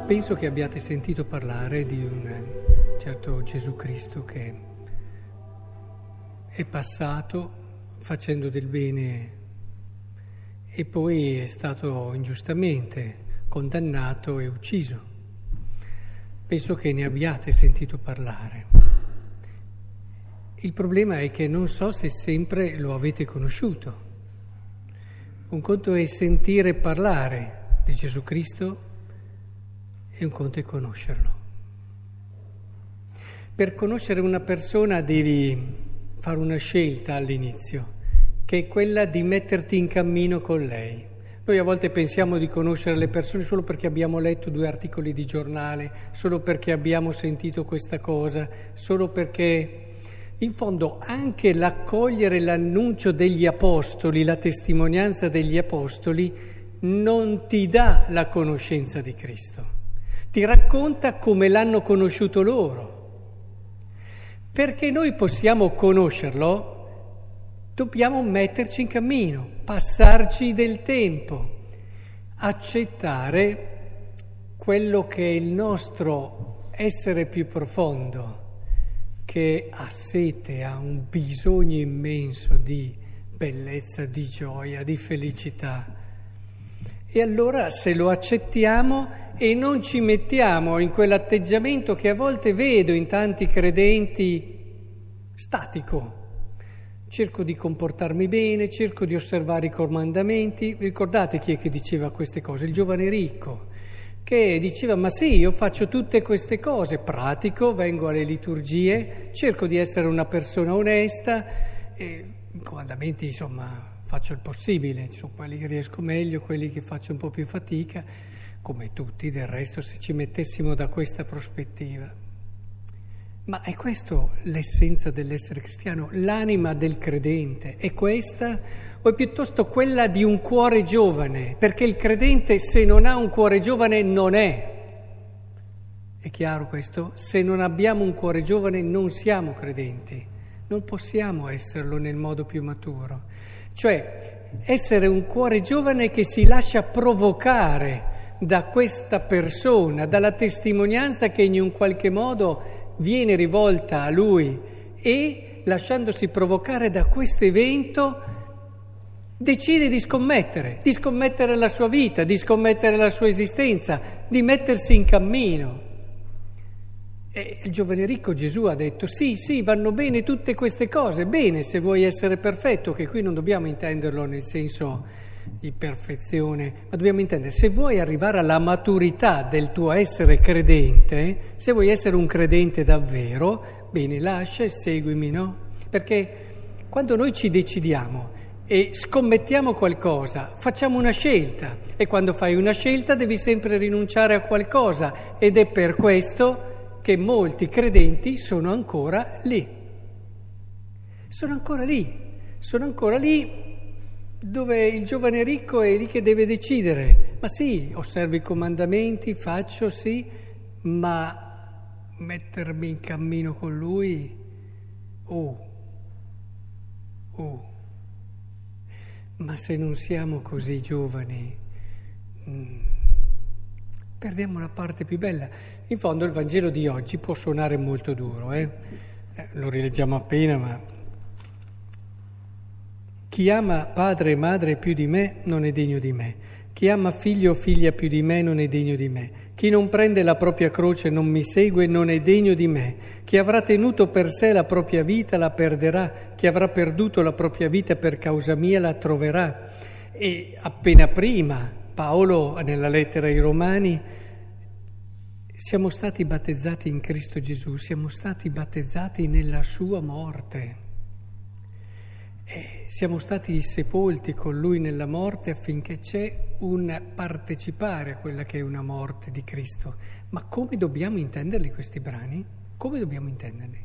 Penso che abbiate sentito parlare di un certo Gesù Cristo che è passato facendo del bene e poi è stato ingiustamente condannato e ucciso. Penso che ne abbiate sentito parlare. Il problema è che non so se sempre lo avete conosciuto. Un conto è sentire parlare di Gesù Cristo e un conto è conoscerlo. Per conoscere una persona devi fare una scelta all'inizio, che è quella di metterti in cammino con lei. Noi a volte pensiamo di conoscere le persone solo perché abbiamo letto 2 articoli di giornale, solo perché abbiamo sentito questa cosa, solo perché in fondo anche l'accogliere l'annuncio degli apostoli, la testimonianza degli apostoli, non ti dà la conoscenza di Cristo. Ti racconta come l'hanno conosciuto loro. Perché noi possiamo conoscerlo, dobbiamo metterci in cammino, passarci del tempo, accettare quello che è il nostro essere più profondo, che ha sete, ha un bisogno immenso di bellezza, di gioia, di felicità. E allora se lo accettiamo e non ci mettiamo in quell'atteggiamento che a volte vedo in tanti credenti statico, cerco di comportarmi bene, cerco di osservare i comandamenti. Ricordate chi è che diceva queste cose? Il giovane ricco, che diceva: ma sì, io faccio tutte queste cose, pratico, vengo alle liturgie, cerco di essere una persona onesta, e i comandamenti insomma faccio il possibile, ci sono quelli che riesco meglio, quelli che faccio un po' più fatica, come tutti del resto se ci mettessimo da questa prospettiva. Ma è questo l'essenza dell'essere cristiano, l'anima del credente, è questa o è piuttosto quella di un cuore giovane? Perché il credente se non ha un cuore giovane non è. È chiaro questo? Se non abbiamo un cuore giovane non siamo credenti, non possiamo esserlo nel modo più maturo. Cioè essere un cuore giovane che si lascia provocare da questa persona, dalla testimonianza che in un qualche modo viene rivolta a lui e, lasciandosi provocare da questo evento, decide di scommettere la sua vita, di scommettere la sua esistenza, di mettersi in cammino. E il giovane ricco, Gesù ha detto: sì, vanno bene tutte queste cose, bene se vuoi essere perfetto, che qui non dobbiamo intenderlo nel senso di perfezione, ma dobbiamo intendere, se vuoi arrivare alla maturità del tuo essere credente, se vuoi essere un credente davvero, bene, lascia e seguimi, no? Perché quando noi ci decidiamo e scommettiamo qualcosa, facciamo una scelta, e quando fai una scelta devi sempre rinunciare a qualcosa, ed è per questo che molti credenti sono ancora lì. Sono ancora lì dove il giovane ricco è lì che deve decidere. Ma sì, osservo i comandamenti, faccio sì, ma mettermi in cammino con lui, ma se non siamo così giovani, perdiamo la parte più bella. In fondo il Vangelo di oggi può suonare molto duro, lo rileggiamo appena, ma chi ama padre e madre più di me non è degno di me. Chi ama figlio o figlia più di me non è degno di me. Chi non prende la propria croce e non mi segue non è degno di me. Chi avrà tenuto per sé la propria vita la perderà. Chi avrà perduto la propria vita per causa mia la troverà. E appena prima Paolo, nella lettera ai Romani, siamo stati battezzati in Cristo Gesù, siamo stati battezzati nella sua morte. Siamo stati sepolti con Lui nella morte affinché c'è un partecipare a quella che è una morte di Cristo. Ma come dobbiamo intenderli questi brani? Come dobbiamo intenderli?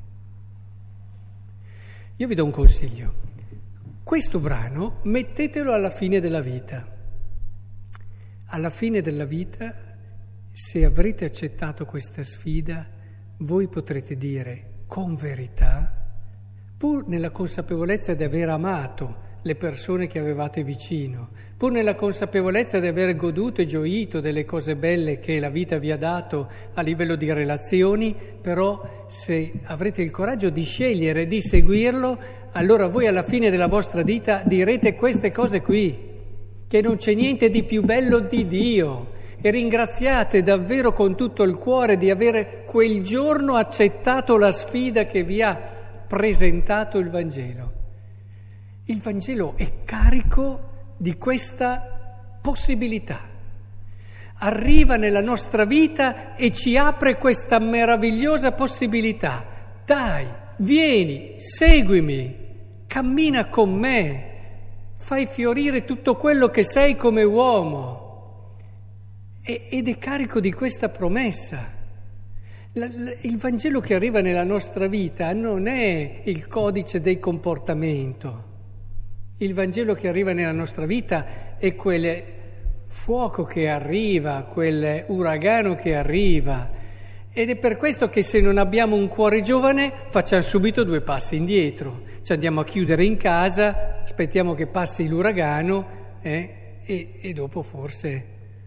Io vi do un consiglio. Questo brano mettetelo alla fine della vita. Alla fine della vita, se avrete accettato questa sfida, voi potrete dire con verità, pur nella consapevolezza di aver amato le persone che avevate vicino, pur nella consapevolezza di aver goduto e gioito delle cose belle che la vita vi ha dato a livello di relazioni, però se avrete il coraggio di scegliere di seguirlo, allora voi alla fine della vostra vita direte queste cose qui, che non c'è niente di più bello di Dio, e ringraziate davvero con tutto il cuore di avere quel giorno accettato la sfida che vi ha presentato il Vangelo. Il Vangelo è carico di questa possibilità. Arriva nella nostra vita e ci apre questa meravigliosa possibilità. Dai, vieni, seguimi, cammina con me, fai fiorire tutto quello che sei come uomo. Ed è carico di questa promessa. Il Vangelo che arriva nella nostra vita non è il codice del comportamento. Il Vangelo che arriva nella nostra vita è quel fuoco che arriva, quel uragano che arriva. Ed è per questo che se non abbiamo un cuore giovane facciamo subito 2 passi indietro. Ci andiamo a chiudere in casa, aspettiamo che passi l'uragano e dopo forse...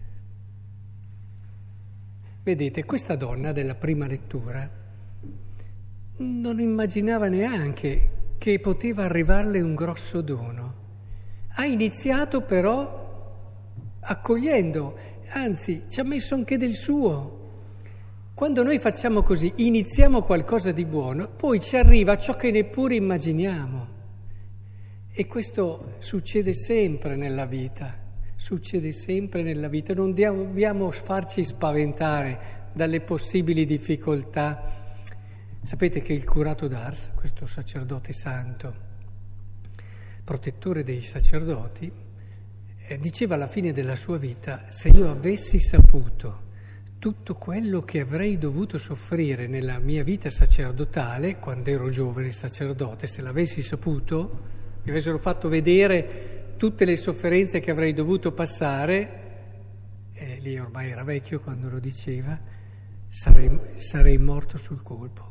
Vedete, questa donna della prima lettura non immaginava neanche che poteva arrivarle un grosso dono. Ha iniziato però accogliendo, anzi ci ha messo anche del suo. Quando noi facciamo così, iniziamo qualcosa di buono, poi ci arriva ciò che neppure immaginiamo. E questo succede sempre nella vita. Succede sempre nella vita, non dobbiamo farci spaventare dalle possibili difficoltà. Sapete che il curato d'Ars, questo sacerdote santo, protettore dei sacerdoti, diceva alla fine della sua vita: se io avessi saputo tutto quello che avrei dovuto soffrire nella mia vita sacerdotale, quando ero giovane sacerdote, se l'avessi saputo, mi avessero fatto vedere tutte le sofferenze che avrei dovuto passare, e lì ormai era vecchio quando lo diceva, sarei morto sul colpo.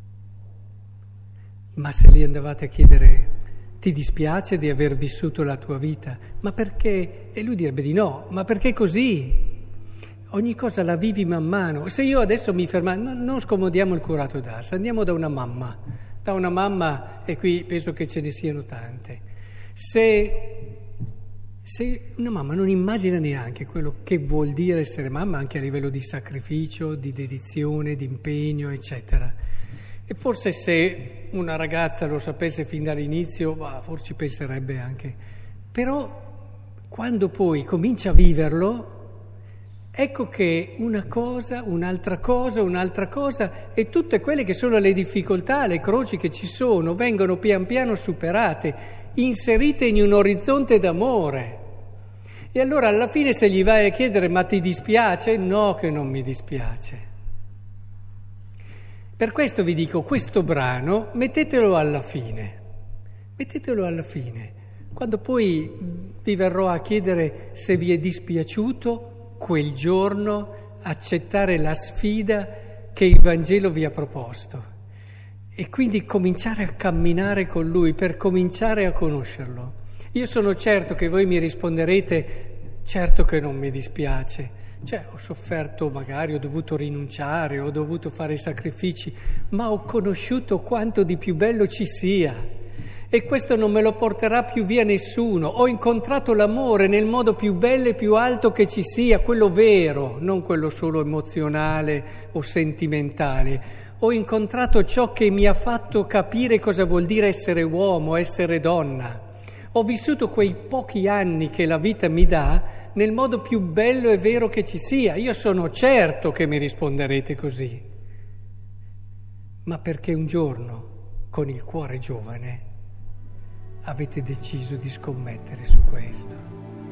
Ma se gli andavate a chiedere: ti dispiace di aver vissuto la tua vita? Ma perché? E lui direbbe di no, ma perché così? Ogni cosa la vivi man mano. Se io adesso mi fermo, non scomodiamo il curato d'Ars, andiamo da una mamma, e qui penso che ce ne siano tante. Se una mamma non immagina neanche quello che vuol dire essere mamma, anche a livello di sacrificio, di dedizione, di impegno, eccetera. E forse se una ragazza lo sapesse fin dall'inizio, forse ci penserebbe anche. Però quando poi comincia a viverlo, ecco che una cosa, un'altra cosa, e tutte quelle che sono le difficoltà, le croci che ci sono, vengono pian piano superate, inserite in un orizzonte d'amore. E allora alla fine se gli vai a chiedere: ma ti dispiace? No, che non mi dispiace. Per questo vi dico, questo brano mettetelo alla fine, quando poi vi verrò a chiedere se vi è dispiaciuto quel giorno accettare la sfida che il Vangelo vi ha proposto e quindi cominciare a camminare con Lui per cominciare a conoscerlo. Io sono certo che voi mi risponderete: certo che non mi dispiace. Ho sofferto, magari ho dovuto rinunciare, ho dovuto fare sacrifici, ma ho conosciuto quanto di più bello ci sia e questo non me lo porterà più via nessuno. Ho incontrato l'amore nel modo più bello e più alto che ci sia, quello vero, non quello solo emozionale o sentimentale. Ho incontrato ciò che mi ha fatto capire cosa vuol dire essere uomo, essere donna. Ho vissuto quei pochi anni che la vita mi dà nel modo più bello e vero che ci sia. Io sono certo che mi risponderete così, ma perché un giorno, con il cuore giovane, avete deciso di scommettere su questo.